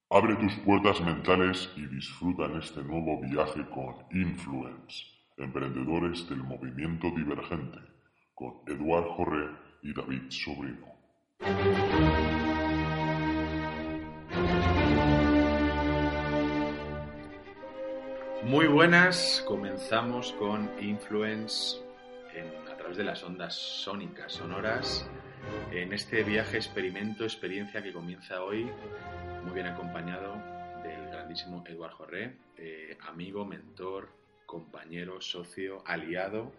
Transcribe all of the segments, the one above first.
Abre tus puertas mentales y disfruta en este nuevo viaje con Influence, emprendedores del movimiento divergente, con Eduard Jorré y David Sobrino. Muy buenas, comenzamos con Influence a través de las ondas sónicas, sonoras, en este viaje, experimento, experiencia que comienza hoy, muy bien acompañado del grandísimo Eduard Jorré, amigo, mentor, compañero, socio, aliado.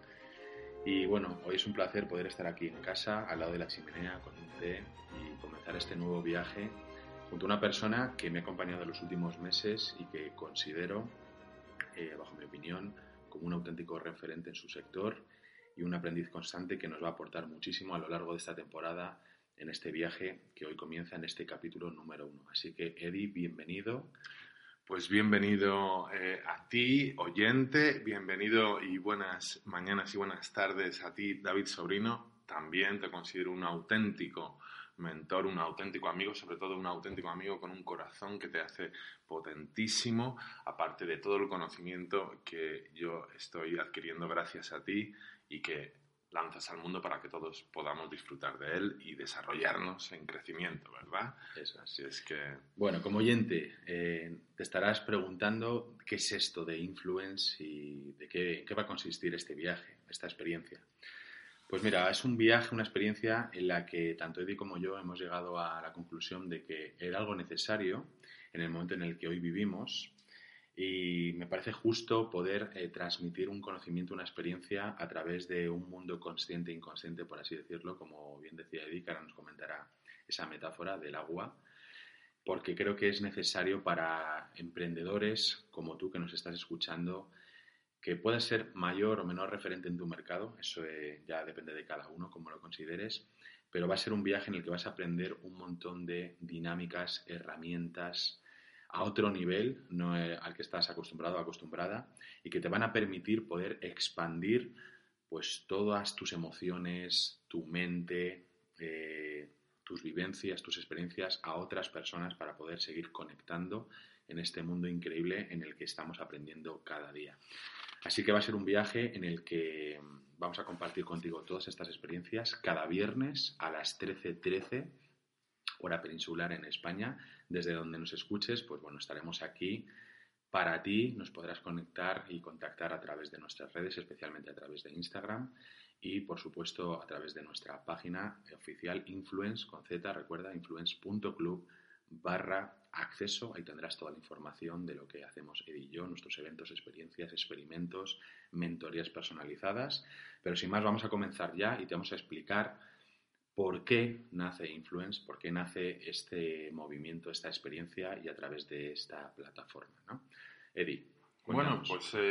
Y bueno, hoy es un placer poder estar aquí en casa, al lado de la chimenea, con un té y comenzar este nuevo viaje junto a una persona que me ha acompañado en los últimos meses y que considero, bajo mi opinión, como un auténtico referente en su sector y un aprendiz constante que nos va a aportar muchísimo a lo largo de esta temporada en este viaje que hoy comienza en este capítulo número 1. Así que, Eddie, bienvenido. Pues bienvenido a ti, oyente, bienvenido y buenas mañanas y buenas tardes a ti, David Sobrino. También te considero un auténtico mentor, un auténtico amigo, sobre todo un auténtico amigo con un corazón que te hace potentísimo, aparte de todo el conocimiento que yo estoy adquiriendo gracias a ti y que lanzas al mundo para que todos podamos disfrutar de él y desarrollarnos en crecimiento, ¿verdad? Eso. Así es que... Bueno, como oyente, te estarás preguntando qué es esto de Influence y de qué va a consistir este viaje, esta experiencia. Pues mira, es un viaje, una experiencia en la que tanto Eddie como yo hemos llegado a la conclusión de que era algo necesario en el momento en el que hoy vivimos. Y me parece justo poder transmitir un conocimiento, una experiencia a través de un mundo consciente e inconsciente, por así decirlo, como bien decía Eddie, que ahora nos comentará esa metáfora del agua, porque creo que es necesario para emprendedores como tú que nos estás escuchando, que puedas ser mayor o menor referente en tu mercado, eso ya depende de cada uno, como lo consideres, pero va a ser un viaje en el que vas a aprender un montón de dinámicas, herramientas, a otro nivel, no al que estás acostumbrado o acostumbrada, y que te van a permitir poder expandir pues todas tus emociones, tu mente, tus vivencias, tus experiencias a otras personas para poder seguir conectando en este mundo increíble en el que estamos aprendiendo cada día. Así que va a ser un viaje en el que vamos a compartir contigo todas estas experiencias cada viernes a las 13:13 hora peninsular en España. Desde donde nos escuches, pues bueno, estaremos aquí para ti. Nos podrás conectar y contactar a través de nuestras redes, especialmente a través de Instagram y, por supuesto, a través de nuestra página oficial Influence, con Z, recuerda, influence.club/acceso. Ahí tendrás toda la información de lo que hacemos Eddie y yo, nuestros eventos, experiencias, experimentos, mentorías personalizadas. Pero sin más, vamos a comenzar ya y te vamos a explicar por qué nace Influence, por qué nace este movimiento, esta experiencia y a través de esta plataforma, ¿no? Eddie, cuéntanos. Bueno, pues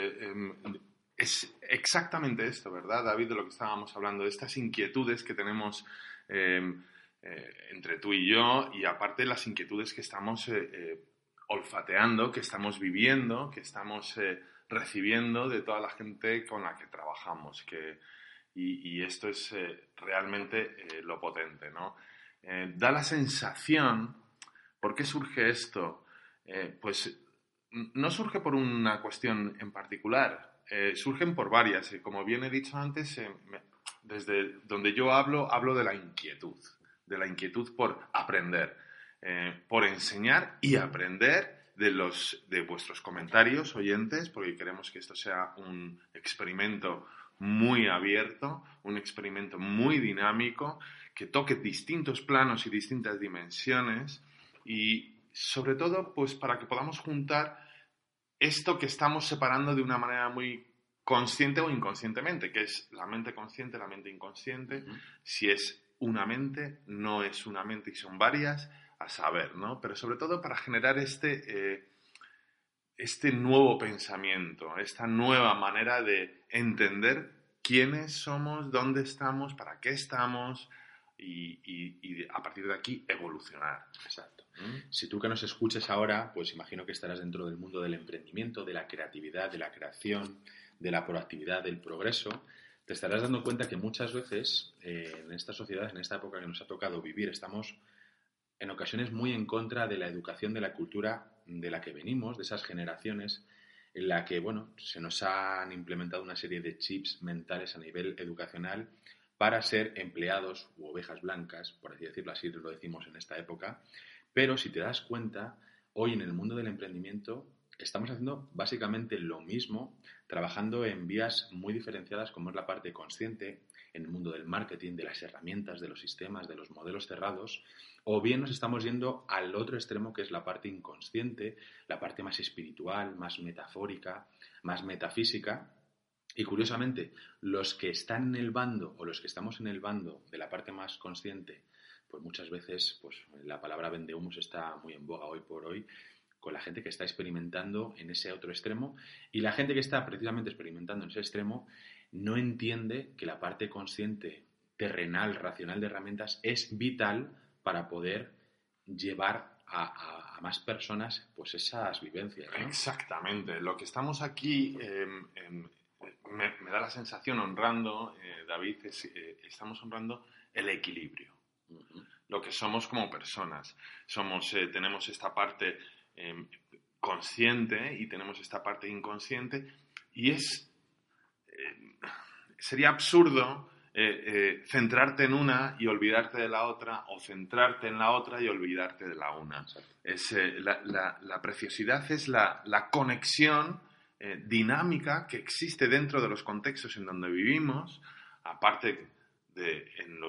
es exactamente esto, ¿verdad, David? De lo que estábamos hablando, de estas inquietudes que tenemos entre tú y yo, y aparte las inquietudes que estamos olfateando, que estamos viviendo, que estamos recibiendo de toda la gente con la que trabajamos, y esto es realmente lo potente, ¿no? Da la sensación, ¿por qué surge esto? Pues no surge por una cuestión en particular, surgen por varias. Como bien he dicho antes, desde donde yo hablo de la inquietud por aprender, por enseñar y aprender de vuestros comentarios, oyentes, porque queremos que esto sea un experimento muy abierto, un experimento muy dinámico, que toque distintos planos y distintas dimensiones y sobre todo pues para que podamos juntar esto que estamos separando de una manera muy consciente o inconscientemente, que es la mente consciente, la mente inconsciente. Si es una mente, no es una mente y son varias, a saber, ¿no? Pero sobre todo para generar este nuevo pensamiento, esta nueva manera de entender quiénes somos, dónde estamos, para qué estamos y a partir de aquí evolucionar. Exacto. Si tú que nos escuches ahora, pues imagino que estarás dentro del mundo del emprendimiento, de la creatividad, de la creación, de la proactividad, del progreso. Te estarás dando cuenta que muchas veces en esta sociedad, en esta época que nos ha tocado vivir, estamos en ocasiones muy en contra de la educación, de la cultura de la que venimos, de esas generaciones en la que, bueno, se nos han implementado una serie de chips mentales a nivel educacional para ser empleados u ovejas blancas, por así decirlo, así lo decimos en esta época. Pero si te das cuenta, hoy en el mundo del emprendimiento estamos haciendo básicamente lo mismo, trabajando en vías muy diferenciadas como es la parte consciente, en el mundo del marketing, de las herramientas, de los sistemas, de los modelos cerrados, o bien nos estamos yendo al otro extremo que es la parte inconsciente, la parte más espiritual, más metafórica, más metafísica. Y curiosamente, los que están en el bando o los que estamos en el bando de la parte más consciente, pues muchas veces pues, la palabra vendehumos está muy en boga hoy por hoy, con la gente que está experimentando en ese otro extremo, y la gente que está precisamente experimentando en ese extremo no entiende que la parte consciente, terrenal, racional de herramientas es vital para poder llevar a más personas pues esas vivencias, ¿no? Exactamente. Lo que estamos aquí me da la sensación honrando, David, estamos honrando el equilibrio. Uh-huh. Lo que somos como personas. Tenemos esta parte consciente y tenemos esta parte inconsciente, y sería absurdo centrarte en una y olvidarte de la otra, o centrarte en la otra y olvidarte de la una. La preciosidad es la conexión dinámica que existe dentro de los contextos en donde vivimos, aparte el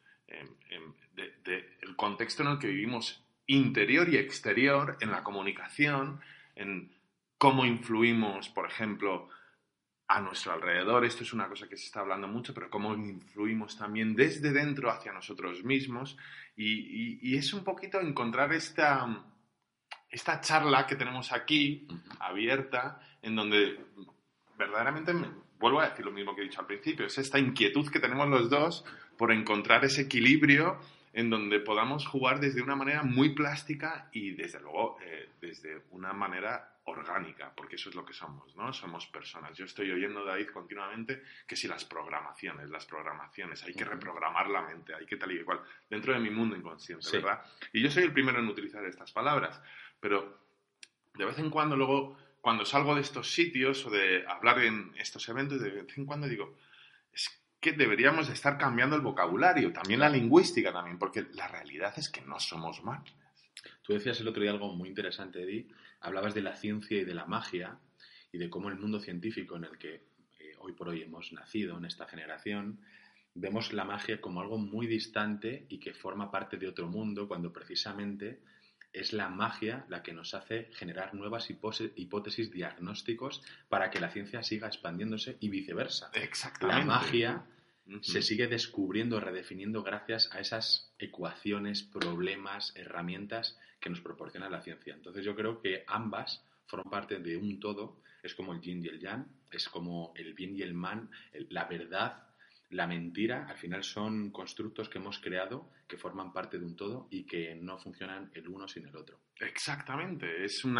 contexto en el que vivimos interior y exterior, en la comunicación, en cómo influimos, por ejemplo, a nuestro alrededor. Esto es una cosa que se está hablando mucho, pero cómo influimos también desde dentro hacia nosotros mismos. Y es un poquito encontrar esta charla que tenemos aquí, abierta, en donde verdaderamente, vuelvo a decir lo mismo que he dicho al principio, es esta inquietud que tenemos los dos por encontrar ese equilibrio en donde podamos jugar desde una manera muy plástica y, desde luego, desde una manera orgánica, porque eso es lo que somos, ¿no? Somos personas. Yo estoy oyendo, David, continuamente que si las programaciones, hay que reprogramar la mente, hay que tal y cual, dentro de mi mundo inconsciente, Sí. ¿verdad? Y yo soy el primero en utilizar estas palabras, pero de vez en cuando luego, cuando salgo de estos sitios o de hablar en estos eventos, de vez en cuando digo, es que deberíamos de estar cambiando el vocabulario, también la lingüística también, porque la realidad es que no somos máquinas. Tú decías el otro día algo muy interesante, Eddie. Hablabas de la ciencia y de la magia y de cómo el mundo científico en el que hoy por hoy hemos nacido, en esta generación, vemos la magia como algo muy distante y que forma parte de otro mundo, cuando precisamente es la magia la que nos hace generar nuevas hipótesis, diagnósticos, para que la ciencia siga expandiéndose y viceversa. Exactamente. La magia se sigue descubriendo, redefiniendo gracias a esas ecuaciones, problemas, herramientas que nos proporciona la ciencia. Entonces yo creo que ambas forman parte de un todo. Es como el yin y el yang, es como el bien y el mal, la verdad, la mentira. Al final son constructos que hemos creado que forman parte de un todo y que no funcionan el uno sin el otro. Exactamente.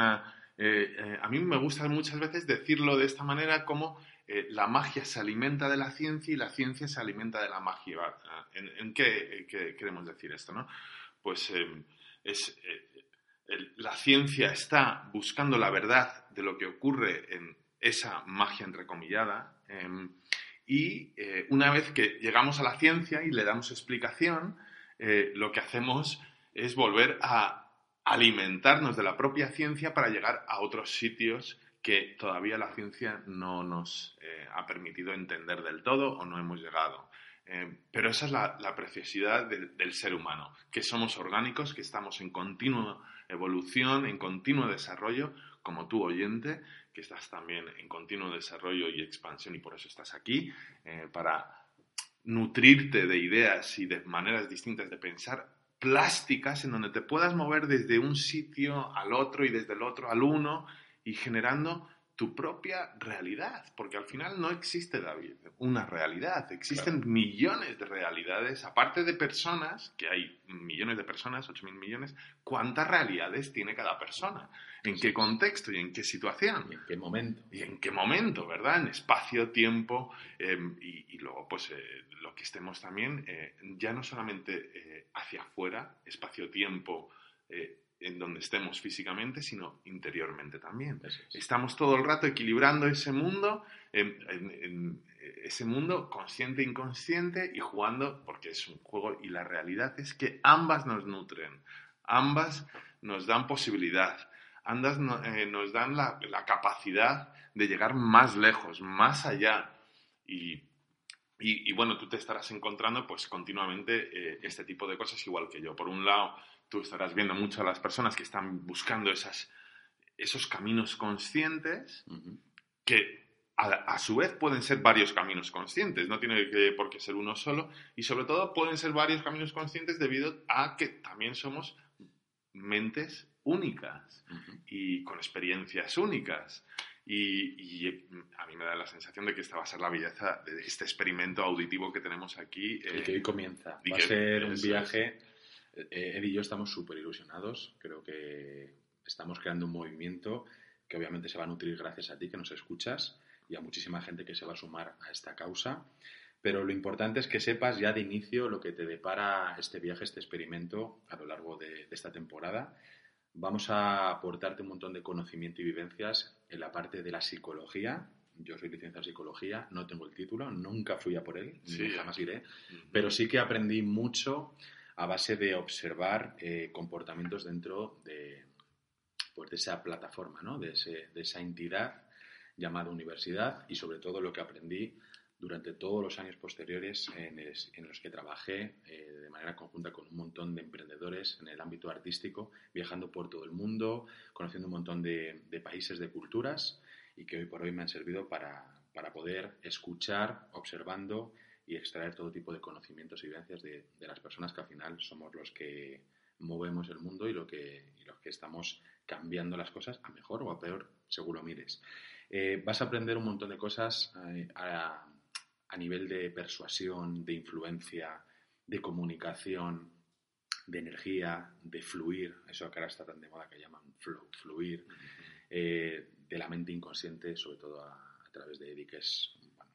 A mí me gusta muchas veces decirlo de esta manera, como la magia se alimenta de la ciencia y la ciencia se alimenta de la magia. ¿En qué queremos decir esto, no? Pues la ciencia está buscando la verdad de lo que ocurre en esa magia entrecomillada, y una vez que llegamos a la ciencia y le damos explicación, lo que hacemos es volver a alimentarnos de la propia ciencia para llegar a otros sitios que todavía la ciencia no nos ha permitido entender del todo, o no hemos llegado. Pero esa es la preciosidad del ser humano, que somos orgánicos, que estamos en continua evolución, en continuo desarrollo, como tú, oyente, que estás también en continuo desarrollo y expansión, y por eso estás aquí, para nutrirte de ideas y de maneras distintas de pensar, plásticas, en donde te puedas mover desde un sitio al otro y desde el otro al uno, y generando tu propia realidad, porque al final no existe, David, una realidad, existen millones de realidades, aparte de personas, que hay millones de personas, 8.000 millones, ¿cuántas realidades tiene cada persona? ¿En qué contexto y en qué situación? ¿Y en qué momento? ¿Y en qué momento, verdad? En espacio, tiempo, y luego pues lo que estemos también, ya no solamente hacia afuera, espacio-tiempo, en donde estemos físicamente, sino interiormente también. Estamos todo el rato equilibrando ese mundo, ese mundo consciente e inconsciente, y jugando, porque es un juego, y la realidad es que ambas nos nutren, ambas nos dan posibilidad, ambas nos dan la capacidad de llegar más lejos, más allá. Y bueno, tú te estarás encontrando pues continuamente este tipo de cosas igual que yo. Por un lado, tú estarás viendo mucho a las personas que están buscando esos caminos conscientes, que a su vez pueden ser varios caminos conscientes, no tiene por qué ser uno solo, y sobre todo pueden ser varios caminos conscientes debido a que también somos mentes únicas y con experiencias únicas. Y a mí me da la sensación de que esta va a ser la belleza de este experimento auditivo que tenemos aquí. Y que hoy comienza. Va a ser un viaje. Ed y yo estamos súper ilusionados. Creo que estamos creando un movimiento que obviamente se va a nutrir gracias a ti que nos escuchas y a muchísima gente que se va a sumar a esta causa. Pero lo importante es que sepas ya de inicio lo que te depara este viaje, este experimento a lo largo de esta temporada. Vamos a aportarte un montón de conocimiento y vivencias en la parte de la psicología. Yo soy licenciado en psicología, no tengo el título, nunca fui a por él, ni jamás iré, pero sí que aprendí mucho a base de observar comportamientos dentro de esa plataforma, ¿no? de esa entidad llamada universidad, y sobre todo lo que aprendí durante todos los años posteriores en los que trabajé de manera conjunta con un montón de emprendedores en el ámbito artístico, viajando por todo el mundo, conociendo un montón de países, de culturas, y que hoy por hoy me han servido para poder escuchar, observando y extraer todo tipo de conocimientos y vivencias de las personas que al final somos los que movemos el mundo y los que estamos cambiando las cosas a mejor o a peor, según lo mires. Vas a aprender un montón de cosas a nivel de persuasión, de influencia, de comunicación, de energía, de fluir, eso que ahora está tan de moda que llaman flow, fluir, de la mente inconsciente, sobre todo a través de Eddie, que es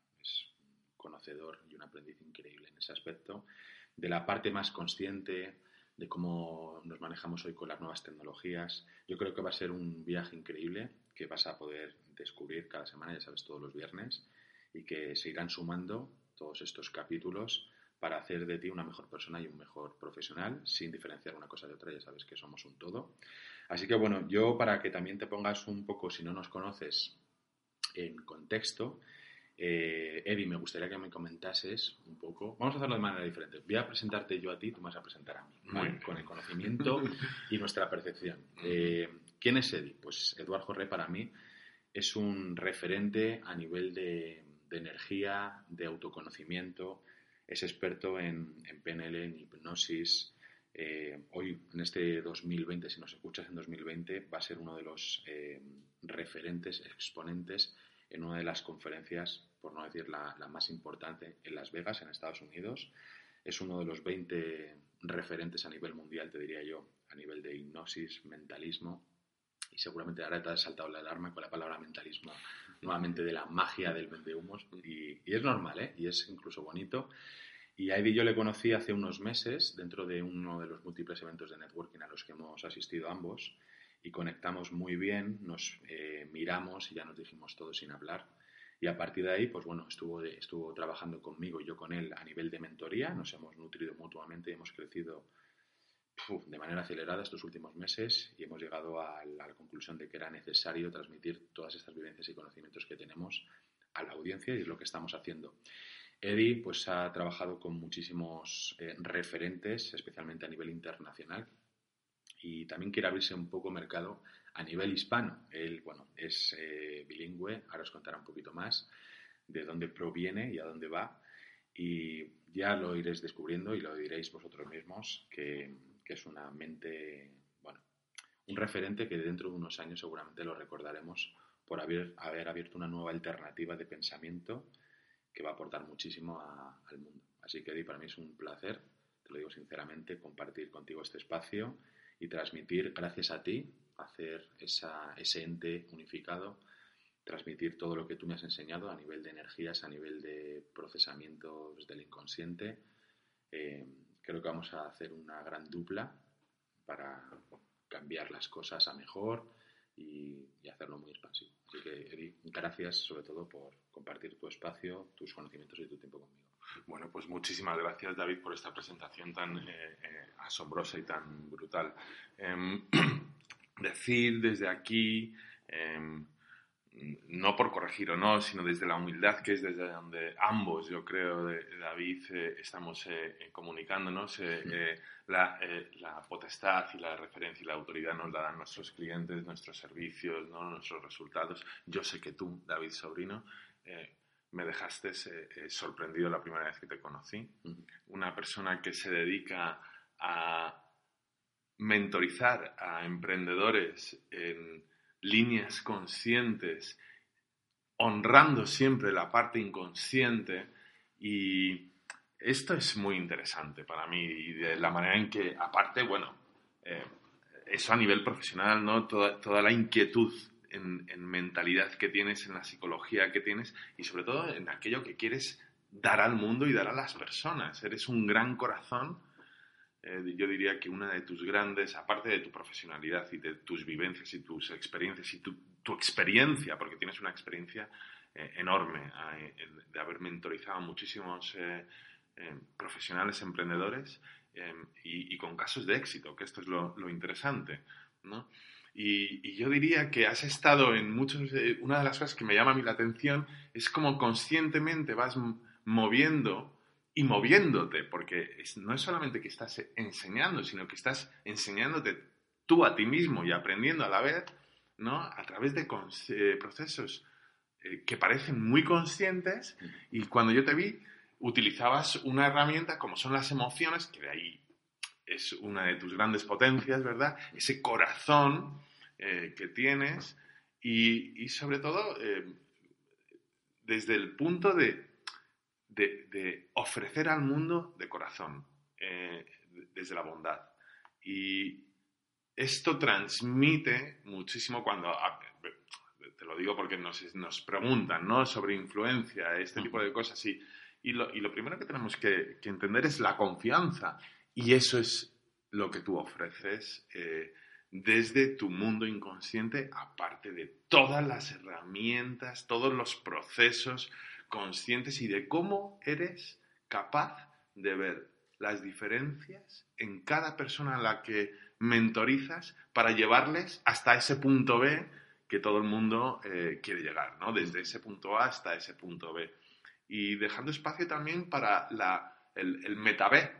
conocedor y un aprendiz increíble en ese aspecto, de la parte más consciente, de cómo nos manejamos hoy con las nuevas tecnologías. Yo creo que va a ser un viaje increíble que vas a poder descubrir cada semana, ya sabes, todos los viernes, y que se irán sumando todos estos capítulos para hacer de ti una mejor persona y un mejor profesional, sin diferenciar una cosa de otra, ya sabes que somos un todo. Así que bueno, yo para que también te pongas un poco, si no nos conoces, en contexto, Eddie, me gustaría que me comentases un poco. Vamos a hacerlo de manera diferente. Voy a presentarte yo a ti, tú me vas a presentar a mí, ¿vale? Con el conocimiento y nuestra percepción. ¿Quién es Eddie? Pues Eduard Jorré para mí es un referente a nivel de energía, de autoconocimiento. Es experto en PNL, en hipnosis. Hoy, en este 2020, si nos escuchas en 2020, va a ser uno de los referentes, exponentes en una de las conferencias, por no decir la más importante, en Las Vegas, en Estados Unidos. Es uno de los 20 referentes a nivel mundial, te diría yo, a nivel de hipnosis, mentalismo. Y seguramente ahora te has saltado la alarma con la palabra mentalismo, nuevamente, de la magia del vendehumos. Y es normal, ¿eh? Y es incluso bonito. Y a Eddie yo le conocí hace unos meses dentro de uno de los múltiples eventos de networking a los que hemos asistido ambos, y conectamos muy bien, nos miramos y ya nos dijimos todo sin hablar. Y a partir de ahí, pues bueno, estuvo trabajando conmigo y yo con él a nivel de mentoría. Nos hemos nutrido mutuamente y hemos crecido de manera acelerada estos últimos meses, y hemos llegado a la conclusión de que era necesario transmitir todas estas vivencias y conocimientos que tenemos a la audiencia, y es lo que estamos haciendo. Eddie pues ha trabajado con muchísimos referentes, especialmente a nivel internacional, y también quiere abrirse un poco mercado a nivel hispano. Él, bueno, es bilingüe, ahora os contará un poquito más de dónde proviene y a dónde va, y ya lo iréis descubriendo y lo diréis vosotros mismos, que es una mente, bueno, un referente que dentro de unos años seguramente lo recordaremos por haber abierto una nueva alternativa de pensamiento que va a aportar muchísimo al mundo. Así que, Eddie, para mí es un placer, te lo digo sinceramente, compartir contigo este espacio y transmitir, gracias a ti, hacer ese ente unificado, transmitir todo lo que tú me has enseñado a nivel de energías, a nivel de procesamientos del inconsciente. Creo que vamos a hacer una gran dupla para cambiar las cosas a mejor y hacerlo muy expansivo. Así que, Eddie, gracias sobre todo por compartir tu espacio, tus conocimientos y tu tiempo conmigo. Bueno, pues muchísimas gracias, David, por esta presentación tan asombrosa y tan brutal. Decir desde aquí, no por corregir o no, sino desde la humildad, que es desde donde ambos, yo creo, David, estamos comunicándonos, la potestad y la referencia y la autoridad nos la dan nuestros clientes, nuestros servicios, ¿no? Nuestros resultados. Yo sé que tú, David Sobrino, me dejaste sorprendido la primera vez que te conocí. Una persona que se dedica a mentorizar a emprendedores en líneas conscientes, honrando siempre la parte inconsciente, y esto es muy interesante para mí, y de la manera en que, aparte, bueno, eso a nivel profesional, ¿no? Toda la inquietud en mentalidad que tienes, en la psicología que tienes, y sobre todo en aquello que quieres dar al mundo y dar a las personas. Eres un gran corazón. Yo diría que una de tus grandes, aparte de tu profesionalidad y de tus vivencias y tus experiencias y tu experiencia, porque tienes una experiencia enorme de haber mentorizado a muchísimos profesionales, emprendedores, y con casos de éxito, que esto es lo interesante, ¿no? Y yo diría que has estado en muchos... una de las cosas que me llama a mí la atención es cómo conscientemente vas moviendo y moviéndote, porque no es solamente que estás enseñando, sino que estás enseñándote tú a ti mismo y aprendiendo a la vez, ¿no? A través de procesos que parecen muy conscientes, y cuando yo te vi utilizabas una herramienta como son las emociones, que de ahí es una de tus grandes potencias, ¿verdad? Ese corazón que tienes y sobre todo desde el punto de ofrecer al mundo de corazón, desde la bondad. Y esto transmite muchísimo cuando... te lo digo porque nos preguntan, ¿no? Sobre influencia, este tipo de cosas. Y lo primero que tenemos que entender es la confianza. Y eso es lo que tú ofreces desde tu mundo inconsciente, aparte de todas las herramientas, todos los procesos conscientes y de cómo eres capaz de ver las diferencias en cada persona a la que mentorizas para llevarles hasta ese punto B que todo el mundo quiere llegar, ¿no? Desde ese punto A hasta ese punto B. Y dejando espacio también para el meta B.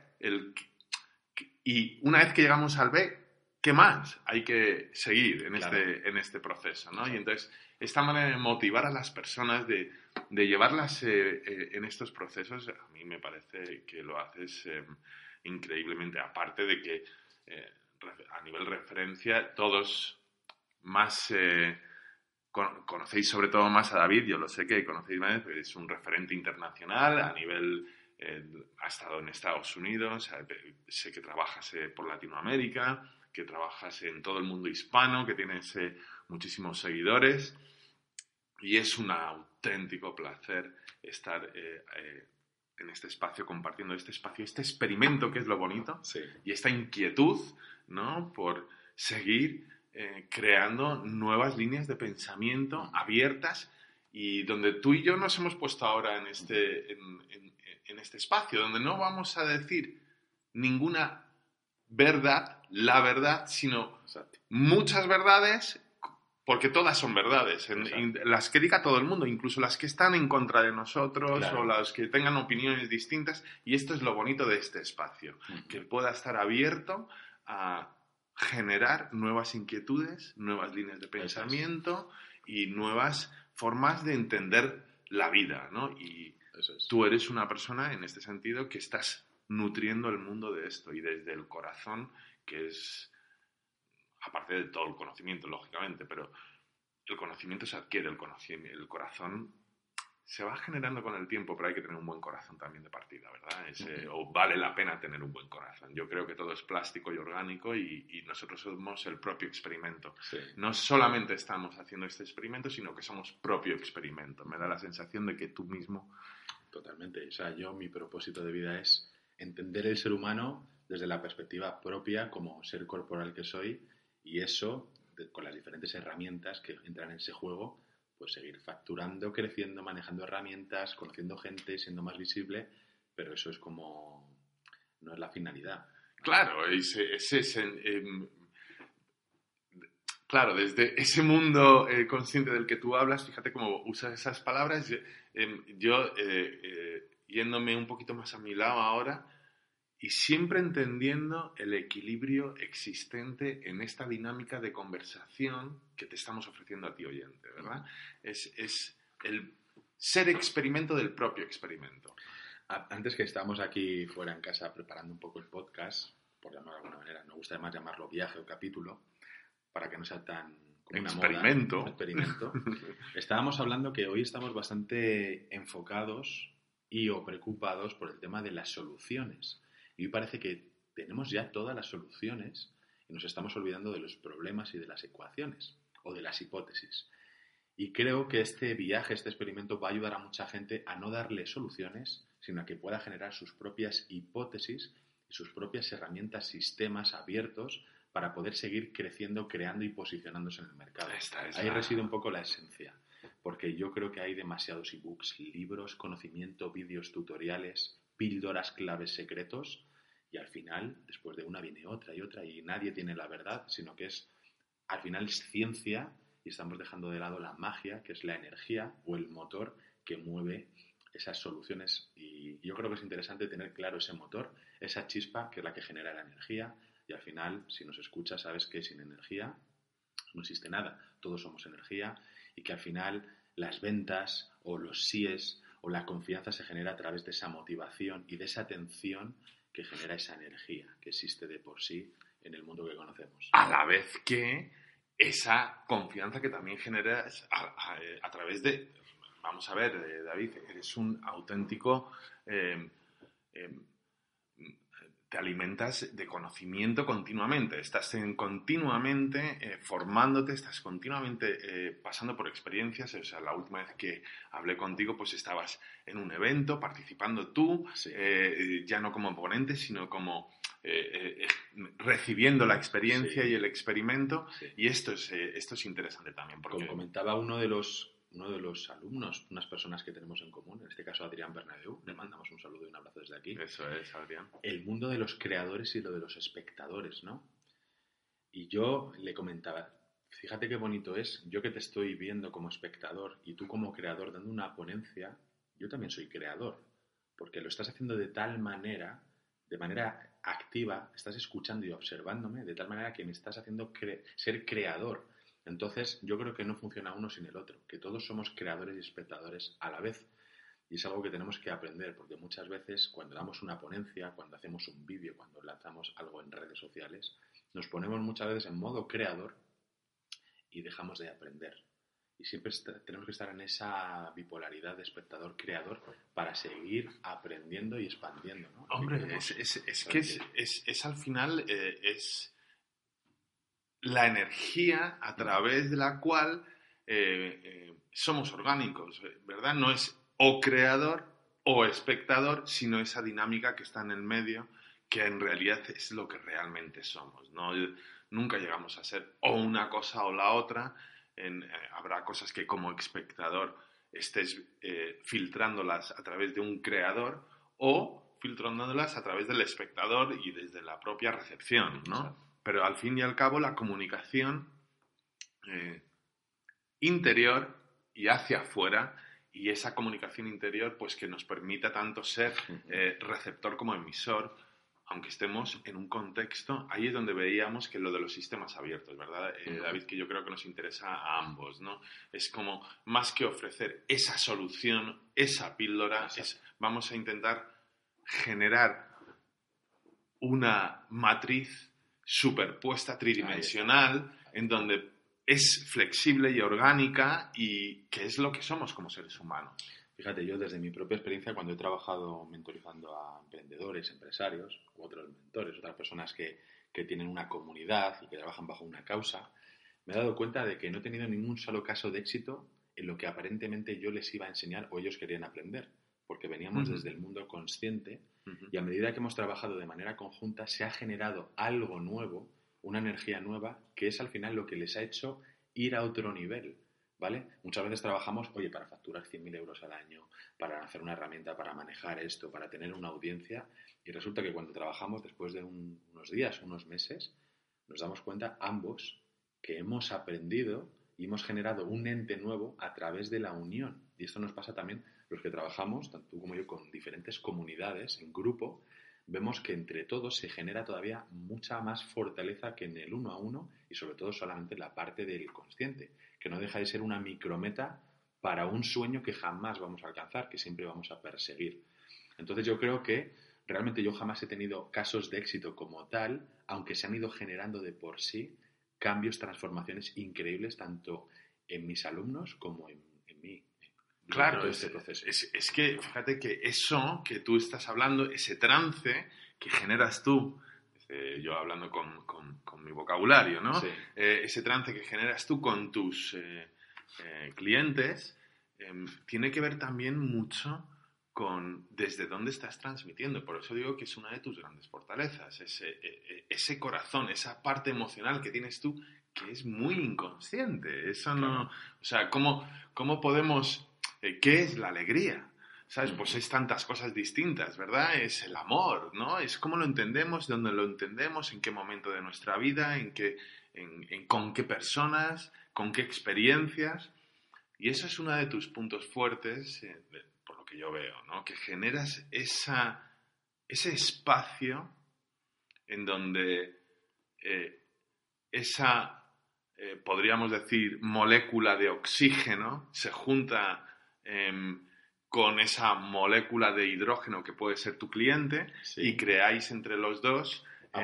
Y una vez que llegamos al B, ¿qué más hay que seguir en este proceso, ¿no? Y entonces, esta manera de motivar a las personas, de llevarlas en estos procesos, a mí me parece que lo haces increíblemente. Aparte de que, a nivel referencia, todos más... conocéis sobre todo más a David, yo lo sé que conocéis más, es un referente internacional a nivel... ha estado en Estados Unidos, sé que trabajas por Latinoamérica, que trabajas en todo el mundo hispano, que tienes muchísimos seguidores, y es un auténtico placer estar en este espacio, compartiendo este espacio, este experimento que es lo bonito, sí, y esta inquietud, ¿no? Por seguir creando nuevas líneas de pensamiento abiertas, y donde tú y yo nos hemos puesto ahora en este espacio, donde no vamos a decir ninguna verdad, la verdad, sino muchas verdades, porque todas son verdades, las que diga todo el mundo, incluso las que están en contra de nosotros, claro, o las que tengan opiniones distintas, y esto es lo bonito de este espacio, que pueda estar abierto a generar nuevas inquietudes, nuevas líneas de pensamiento y nuevas formas de entender la vida, ¿no? Y tú eres una persona, en este sentido, que estás nutriendo el mundo de esto, y desde el corazón, que es, aparte de todo el conocimiento, lógicamente, pero el conocimiento se adquiere, el corazón se va generando con el tiempo, pero hay que tener un buen corazón también de partida, ¿verdad? O vale la pena tener un buen corazón. Yo creo que todo es plástico y orgánico y nosotros somos el propio experimento. Sí. No solamente estamos haciendo este experimento, sino que somos propio experimento. Me da la sensación de que tú mismo... Totalmente. O sea, mi propósito de vida es entender el ser humano desde la perspectiva propia como ser corporal que soy y eso, con las diferentes herramientas que entran en ese juego, pues seguir facturando, creciendo, manejando herramientas, conociendo gente, siendo más visible, pero eso es como... no es la finalidad. Claro, claro, desde ese mundo consciente del que tú hablas, fíjate cómo usas esas palabras. Yo yéndome un poquito más a mi lado ahora y siempre entendiendo el equilibrio existente en esta dinámica de conversación que te estamos ofreciendo a ti, oyente, ¿verdad? Es el ser experimento del propio experimento. Antes que estábamos aquí fuera en casa preparando un poco el podcast, por llamarlo de alguna manera, me gusta además llamarlo viaje o capítulo, para que no sea tan como una experimento. Moda, un experimento. Estábamos hablando que hoy estamos bastante enfocados o preocupados por el tema de las soluciones. Y hoy parece que tenemos ya todas las soluciones y nos estamos olvidando de los problemas y de las ecuaciones o de las hipótesis. Y creo que este viaje, este experimento va a ayudar a mucha gente a no darle soluciones, sino a que pueda generar sus propias hipótesis y sus propias herramientas, sistemas abiertos para poder seguir creciendo, creando y posicionándose en el mercado. Ahí reside un poco la esencia, porque yo creo que hay demasiados ebooks, libros, conocimiento, vídeos, tutoriales, píldoras, claves, secretos, y al final, después de una viene otra y nadie tiene la verdad, sino que al final es ciencia y estamos dejando de lado la magia, que es la energía o el motor que mueve esas soluciones. Y yo creo que es interesante tener claro ese motor, esa chispa que es la que genera la energía. Y al final, si nos escuchas, sabes que sin energía no existe nada. Todos somos energía y que al final las ventas o los síes o la confianza se genera a través de esa motivación y de esa atención que genera esa energía que existe de por sí en el mundo que conocemos. A la vez que esa confianza que también generas a través de... Vamos a ver, David, eres un auténtico... te alimentas de conocimiento continuamente, estás continuamente formándote, estás continuamente pasando por experiencias. O sea, la última vez que hablé contigo, pues estabas en un evento, participando tú, sí. Ya no como ponente, sino como recibiendo la experiencia, sí, y el experimento, sí. Y esto es interesante también. Porque... Como comentaba uno de los alumnos, unas personas que tenemos en común, en este caso Adrián Bernabeu, le mandamos un saludo y un abrazo desde aquí. Eso es, Adrián. El mundo de los creadores y lo de los espectadores, ¿no? Y yo le comentaba, fíjate qué bonito es, yo que te estoy viendo como espectador y tú como creador dando una ponencia, yo también soy creador, porque lo estás haciendo de tal manera, de manera activa, estás escuchando y observándome, de tal manera que me estás haciendo ser creador. Entonces, yo creo que no funciona uno sin el otro, que todos somos creadores y espectadores a la vez. Y es algo que tenemos que aprender, porque muchas veces cuando damos una ponencia, cuando hacemos un vídeo, cuando lanzamos algo en redes sociales, nos ponemos muchas veces en modo creador y dejamos de aprender. Y siempre tenemos que estar en esa bipolaridad de espectador-creador para seguir aprendiendo y expandiendo, ¿no? Hombre, es al final... es la energía a través de la cual somos orgánicos, ¿verdad? No es o creador o espectador, sino esa dinámica que está en el medio, que en realidad es lo que realmente somos, ¿no? Nunca llegamos a ser o una cosa o la otra. Habrá cosas que como espectador estés filtrándolas a través de un creador o filtrándolas a través del espectador y desde la propia recepción, ¿no? Exacto. Pero al fin y al cabo la comunicación interior y hacia afuera, y esa comunicación interior pues que nos permita tanto ser receptor como emisor, aunque estemos en un contexto, ahí es donde veíamos que lo de los sistemas abiertos, ¿verdad? David, que yo creo que nos interesa a ambos, ¿no? Es como, más que ofrecer esa solución, esa píldora, vamos a intentar generar una matriz superpuesta, tridimensional, en donde es flexible y orgánica y que es lo que somos como seres humanos. Fíjate, yo desde mi propia experiencia, cuando he trabajado mentorizando a emprendedores, empresarios, u otros mentores, otras personas que tienen una comunidad y que trabajan bajo una causa, me he dado cuenta de que no he tenido ningún solo caso de éxito en lo que aparentemente yo les iba a enseñar o ellos querían aprender, porque veníamos desde el mundo consciente y a medida que hemos trabajado de manera conjunta se ha generado algo nuevo, una energía nueva, que es al final lo que les ha hecho ir a otro nivel. ¿Vale? Muchas veces trabajamos, oye, para facturar 100.000 euros al año, para hacer una herramienta, para manejar esto, para tener una audiencia, y resulta que cuando trabajamos, después de unos días, unos meses, nos damos cuenta ambos que hemos aprendido y hemos generado un ente nuevo a través de la unión. Y esto nos pasa también los que trabajamos, tanto tú como yo, con diferentes comunidades, en grupo, vemos que entre todos se genera todavía mucha más fortaleza que en el uno a uno y sobre todo solamente en la parte del consciente, que no deja de ser una micrometa para un sueño que jamás vamos a alcanzar, que siempre vamos a perseguir. Entonces yo creo que realmente yo jamás he tenido casos de éxito como tal, aunque se han ido generando de por sí cambios, transformaciones increíbles tanto en mis alumnos como en mí. Claro, todo este proceso. Es que fíjate que eso que tú estás hablando, ese trance que generas tú, yo hablando con mi vocabulario, ¿no? Sí. Ese trance que generas tú con tus clientes, tiene que ver también mucho con desde dónde estás transmitiendo. Por eso digo que es una de tus grandes fortalezas, ese corazón, esa parte emocional que tienes tú, que es muy inconsciente. Eso no... Claro. O sea, ¿cómo podemos... ¿Qué es la alegría? ¿Sabes? Pues es tantas cosas distintas, ¿verdad? Es el amor, ¿no? Es cómo lo entendemos, dónde lo entendemos, en qué momento de nuestra vida, con qué personas, con qué experiencias. Y eso es uno de tus puntos fuertes, por lo que yo veo, ¿no? Que generas ese espacio en donde podríamos decir, molécula de oxígeno se junta con esa molécula de hidrógeno que puede ser tu cliente, sí, y creáis entre los dos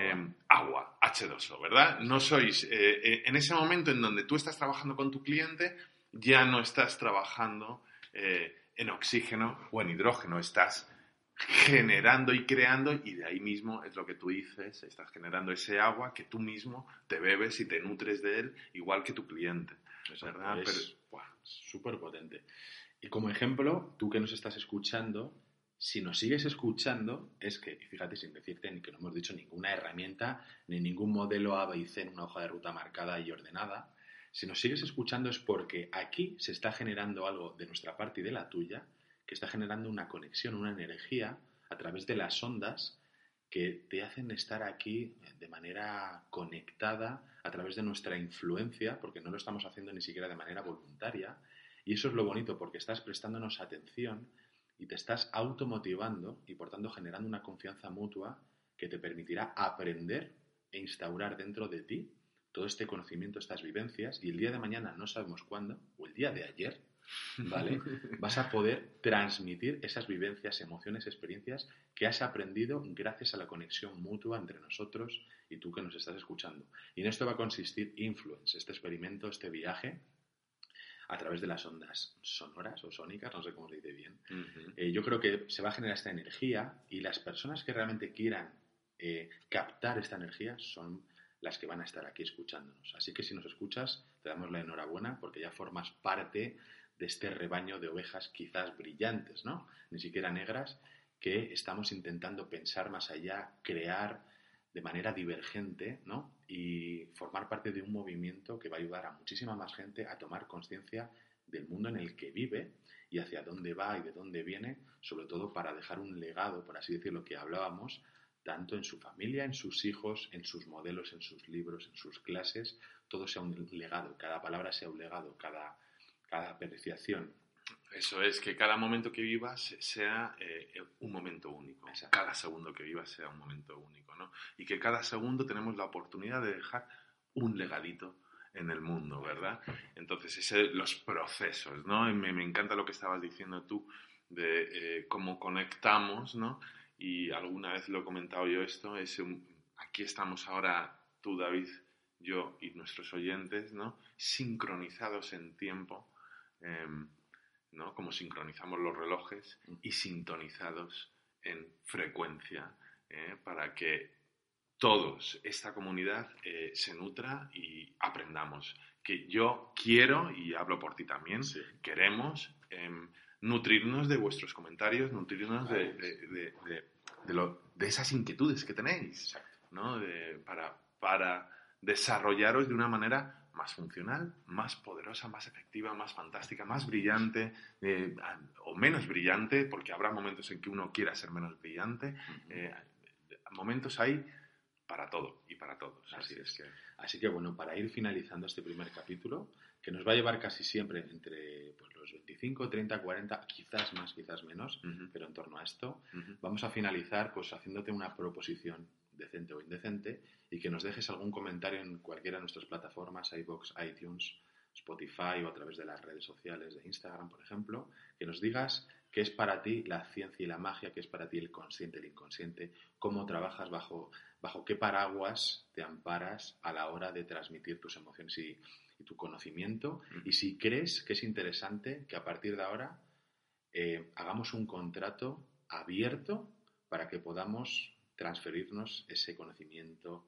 agua, H2O, ¿verdad? No sois, en ese momento en donde tú estás trabajando con tu cliente, ya no estás trabajando en oxígeno o en hidrógeno, estás generando y creando, y de ahí mismo es lo que tú dices, estás generando ese agua que tú mismo te bebes y te nutres de él, igual que tu cliente, ¿verdad? Es súper potente. Y como ejemplo, tú que nos estás escuchando, si nos sigues escuchando, es que, fíjate, sin decirte ni que no hemos dicho ninguna herramienta, ni ningún modelo A, B y C en una hoja de ruta marcada y ordenada, si nos sigues escuchando es porque aquí se está generando algo de nuestra parte y de la tuya, que está generando una conexión, una energía a través de las ondas que te hacen estar aquí de manera conectada a través de nuestra influencia, porque no lo estamos haciendo ni siquiera de manera voluntaria. Y eso es lo bonito, porque estás prestándonos atención y te estás automotivando y por tanto generando una confianza mutua que te permitirá aprender e instaurar dentro de ti todo este conocimiento, estas vivencias, y el día de mañana, no sabemos cuándo, o el día de ayer, ¿vale? Vas a poder transmitir esas vivencias, emociones, experiencias que has aprendido gracias a la conexión mutua entre nosotros y tú que nos estás escuchando. Y en esto va a consistir Influence, este experimento, este viaje a través de las ondas sonoras o sónicas, no sé cómo se dice bien. Yo creo que se va a generar esta energía y las personas que realmente quieran captar esta energía son las que van a estar aquí escuchándonos. Así que si nos escuchas, te damos la enhorabuena porque ya formas parte de este rebaño de ovejas quizás brillantes, ¿no? Ni siquiera negras, que estamos intentando pensar más allá, crear de manera divergente, ¿no? Y formar parte de un movimiento que va a ayudar a muchísima más gente a tomar conciencia del mundo en el que vive y hacia dónde va y de dónde viene, sobre todo para dejar un legado, por así decirlo, que hablábamos, tanto en su familia, en sus hijos, en sus modelos, en sus libros, en sus clases, todo sea un legado, cada palabra sea un legado, cada apreciación. Eso es, que cada momento que vivas sea un momento único. Exacto. Cada segundo que vivas sea un momento único, ¿no? Y que cada segundo tenemos la oportunidad de dejar un legadito en el mundo, ¿verdad? Entonces, los procesos, ¿no? Me encanta lo que estabas diciendo tú de cómo conectamos, ¿no? Y alguna vez lo he comentado yo esto, aquí estamos ahora, tú, David, yo y nuestros oyentes, ¿no? Sincronizados en tiempo, ¿no? Como sincronizamos los relojes, y sintonizados en frecuencia, para que todos, esta comunidad, se nutra y aprendamos. Que yo quiero, y hablo por ti también, Sí. queremos nutrirnos de vuestros comentarios, nutrirnos de esas inquietudes que tenéis, ¿no? Para desarrollaros de una manera más funcional, más poderosa, más efectiva, más fantástica, más brillante, o menos brillante, porque habrá momentos en que uno quiera ser menos brillante. Momentos hay para todo y para todos. Así que bueno, para ir finalizando este primer capítulo, que nos va a llevar casi siempre entre pues, los 25, 30, 40, quizás más, quizás menos, pero en torno a esto, vamos a finalizar pues haciéndote una proposición decente o indecente, y que nos dejes algún comentario en cualquiera de nuestras plataformas, iVoox, iTunes, Spotify, o a través de las redes sociales de Instagram, por ejemplo, que nos digas qué es para ti la ciencia y la magia, qué es para ti el consciente y el inconsciente, cómo trabajas, bajo qué paraguas te amparas a la hora de transmitir tus emociones y tu conocimiento, y si crees que es interesante que a partir de ahora hagamos un contrato abierto para que podamos transferirnos ese conocimiento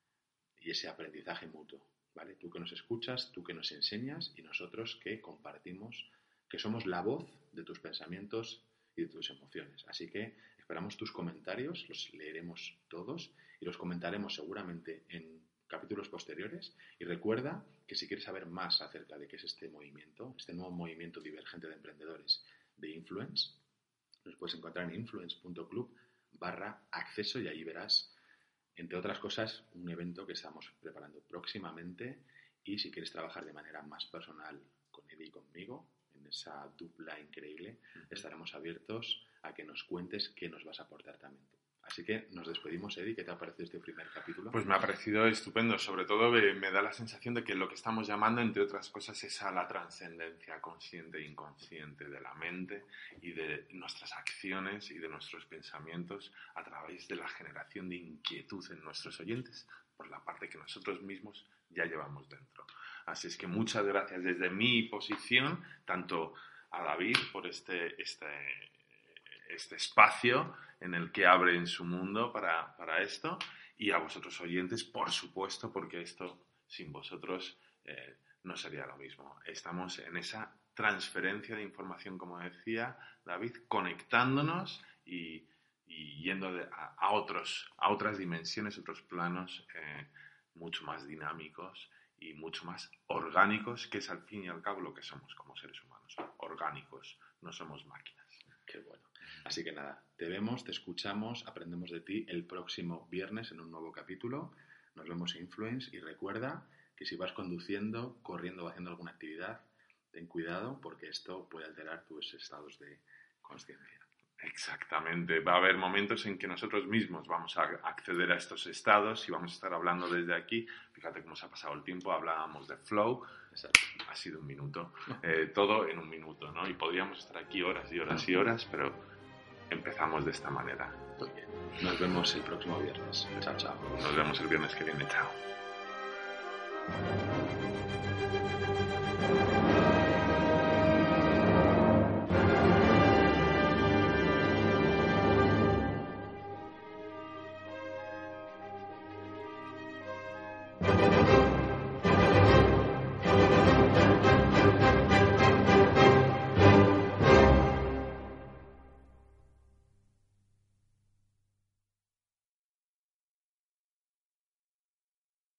y ese aprendizaje mutuo, ¿vale? Tú que nos escuchas, tú que nos enseñas, y nosotros que compartimos, que somos la voz de tus pensamientos y de tus emociones. Así que esperamos tus comentarios, los leeremos todos y los comentaremos seguramente en capítulos posteriores. Y recuerda que si quieres saber más acerca de qué es este movimiento, este nuevo movimiento divergente de emprendedores de Influence, los puedes encontrar en influence.club/acceso, y ahí verás, entre otras cosas, un evento que estamos preparando próximamente. Y si quieres trabajar de manera más personal con Eddie y conmigo, en esa dupla increíble, estaremos abiertos a que nos cuentes qué nos vas a aportar también tú. Así que nos despedimos, Eddie. ¿Qué te ha parecido este primer capítulo? Pues me ha parecido estupendo. Sobre todo me da la sensación de que lo que estamos llamando, entre otras cosas, es a la trascendencia consciente e inconsciente de la mente y de nuestras acciones y de nuestros pensamientos, a través de la generación de inquietud en nuestros oyentes por la parte que nosotros mismos ya llevamos dentro. Así es que muchas gracias desde mi posición, tanto a David por este espacio en el que abre en su mundo para esto, y a vosotros oyentes, por supuesto, porque esto sin vosotros no sería lo mismo. Estamos en esa transferencia de información, como decía David, conectándonos y yendo a otras dimensiones, otros planos mucho más dinámicos y mucho más orgánicos, que es al fin y al cabo lo que somos como seres humanos, orgánicos, no somos máquinas. Qué bueno. Así que nada, te vemos, te escuchamos, aprendemos de ti el próximo viernes en un nuevo capítulo. Nos vemos en Influence, y recuerda que si vas conduciendo, corriendo o haciendo alguna actividad, ten cuidado, porque esto puede alterar tus estados de consciencia. Exactamente. Va a haber momentos en que nosotros mismos vamos a acceder a estos estados y vamos a estar hablando desde aquí. Fíjate cómo se ha pasado el tiempo. Hablábamos de flow. Exacto. Ha sido un minuto. Todo en un minuto, ¿no? Y podríamos estar aquí horas y horas y horas, pero empezamos de esta manera. Muy bien. Nos vemos el próximo viernes. Chao, chao. Nos vemos el viernes que viene. Chao.